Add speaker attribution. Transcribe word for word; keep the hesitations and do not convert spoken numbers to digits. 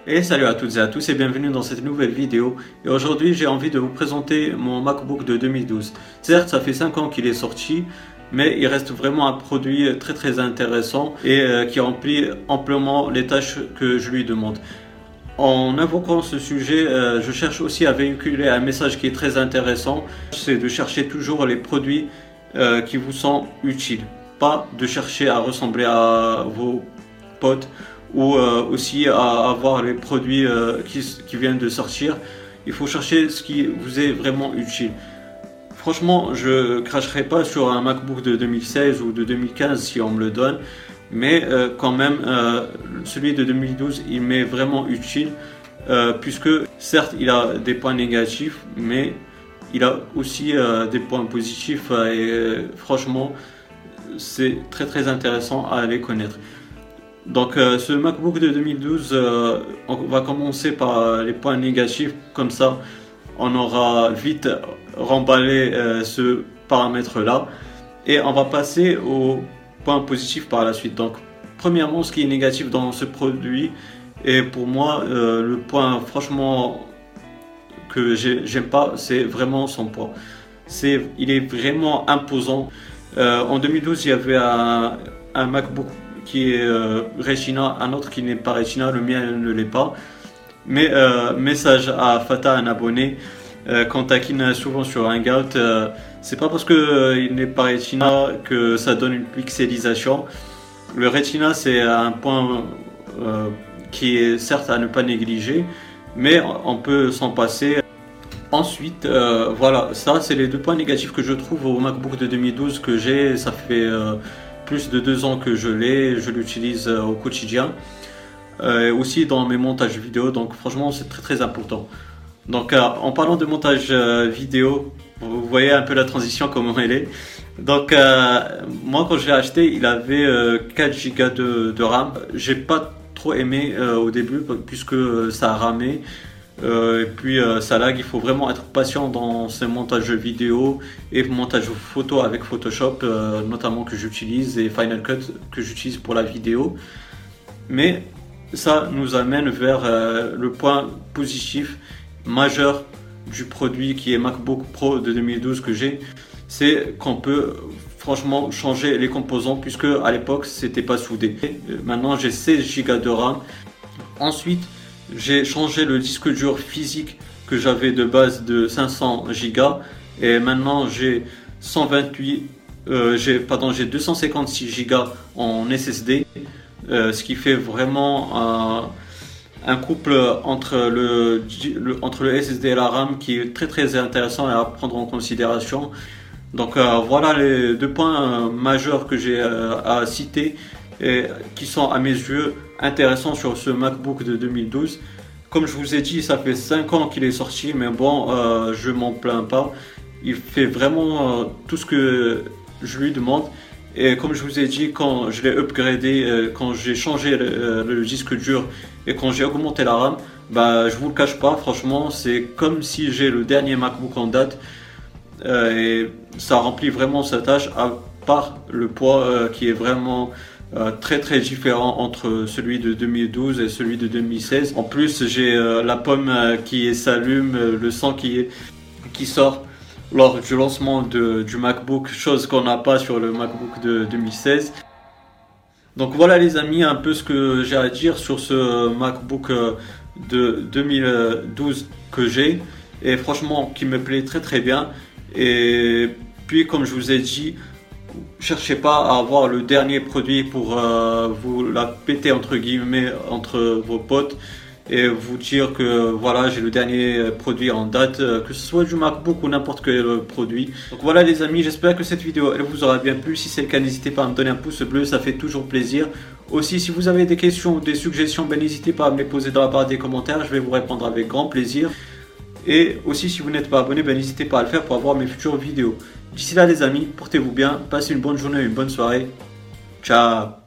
Speaker 1: Et salut à toutes et à tous et bienvenue dans cette nouvelle vidéo. Et aujourd'hui j'ai envie de vous présenter mon MacBook de deux mille douze. Certes ça fait cinq ans qu'il est sorti, mais il reste vraiment un produit très très intéressant et euh, qui remplit amplement les tâches que je lui demande. En invoquant ce sujet, euh, je cherche aussi à véhiculer un message qui est très intéressant. C'est de chercher toujours les produits euh, qui vous sont utiles. Pas de chercher à ressembler à vos potes ou euh, aussi à avoir les produits euh, qui, qui viennent de sortir. Il faut chercher ce qui vous est vraiment utile. Franchement, je ne cracherai pas sur un MacBook de deux mille seize ou de deux mille quinze si on me le donne. Mais euh, quand même, euh, celui de deux mille douze, il m'est vraiment utile. Euh, puisque certes, il a des points négatifs, mais il a aussi euh, des points positifs. Euh, et euh, franchement, c'est très très intéressant à les connaître. Donc euh, ce MacBook de deux mille douze, euh, on va commencer par euh, les points négatifs, comme ça on aura vite remballé euh, ce paramètre là et on va passer aux points positifs par la suite. Donc premièrement, ce qui est négatif dans ce produit, et pour moi euh, le point franchement que j'aime pas, c'est vraiment son poids. C'est, il est vraiment imposant. Euh, en deux mille douze il y avait un, un MacBook qui est euh, Retina, un autre qui n'est pas Retina, le mien ne l'est pas. Mais euh, message à Fata, un abonné, euh, qu'on taquine souvent sur Hangout, euh, c'est pas parce qu'il euh, n'est pas Retina que ça donne une pixelisation. Le Retina, c'est un point euh, qui est certes à ne pas négliger, mais on peut s'en passer. Ensuite, euh, voilà, ça c'est les deux points négatifs que je trouve au MacBook de deux mille douze que j'ai. Ça fait euh, plus de deux ans que je l'ai, je l'utilise au quotidien, euh, aussi dans mes montages vidéo, donc franchement c'est très très important. Donc euh, en parlant de montage euh, vidéo, vous voyez un peu la transition comment elle est. Donc euh, moi quand je l'ai acheté, il avait euh, quatre gigas de, de RAM. J'ai pas trop aimé euh, au début puisque ça a ramé. Euh, et puis euh, ça lag, il faut vraiment être patient dans ces montages vidéo et montage photo avec Photoshop euh, notamment que j'utilise, et Final Cut que j'utilise pour la vidéo. Mais ça nous amène vers euh, le point positif majeur du produit qui est MacBook Pro de deux mille douze que j'ai, c'est qu'on peut franchement changer les composants puisque à l'époque c'était pas soudé. Maintenant j'ai seize gigas de RAM. Ensuite j'ai changé le disque dur physique que j'avais de base de cinq cents gigas et maintenant j'ai cent vingt-huit, euh, j'ai pardon, j'ai deux cent cinquante-six gigas en S S D, euh, ce qui fait vraiment un, un couple entre le, le entre le S S D et la RAM qui est très très intéressant à prendre en considération. Donc euh, voilà les deux points euh, majeurs que j'ai euh, à citer et qui sont à mes yeux intéressants sur ce MacBook de deux mille douze. Comme je vous ai dit, ça fait cinq ans qu'il est sorti, mais bon, euh, je m'en plains pas. Il fait vraiment euh, tout ce que je lui demande. Et comme je vous ai dit, quand je l'ai upgradé, euh, quand j'ai changé le, euh, le disque dur et quand j'ai augmenté la RAM, bah, je vous le cache pas, franchement, c'est comme si j'ai le dernier MacBook en date. Euh, et ça remplit vraiment sa tâche, à part le poids euh, qui est vraiment Euh, très très différent entre celui de deux mille douze et celui de deux mille seize. En plus j'ai euh, la pomme euh, qui s'allume, euh, le son qui, est, qui sort lors du lancement de, du MacBook, chose qu'on n'a pas sur le MacBook de deux mille seize. Donc voilà les amis, un peu ce que j'ai à dire sur ce MacBook euh, de deux mille douze que j'ai, et franchement qui me plaît très très bien. Et puis comme je vous ai dit, cherchez pas à avoir le dernier produit pour euh, vous la péter entre guillemets entre vos potes et vous dire que voilà j'ai le dernier produit en date, euh, que ce soit du MacBook ou n'importe quel produit. Donc voilà les amis, j'espère que cette vidéo elle vous aura bien plu. Si c'est le cas, n'hésitez pas à me donner un pouce bleu, ça fait toujours plaisir. Aussi si vous avez des questions ou des suggestions, ben, n'hésitez pas à me les poser dans la barre des commentaires, je vais vous répondre avec grand plaisir. Et aussi si vous n'êtes pas abonné, ben, n'hésitez pas à le faire pour avoir mes futures vidéos. D'ici là les amis, portez-vous bien, passez une bonne journée, une bonne soirée. Ciao.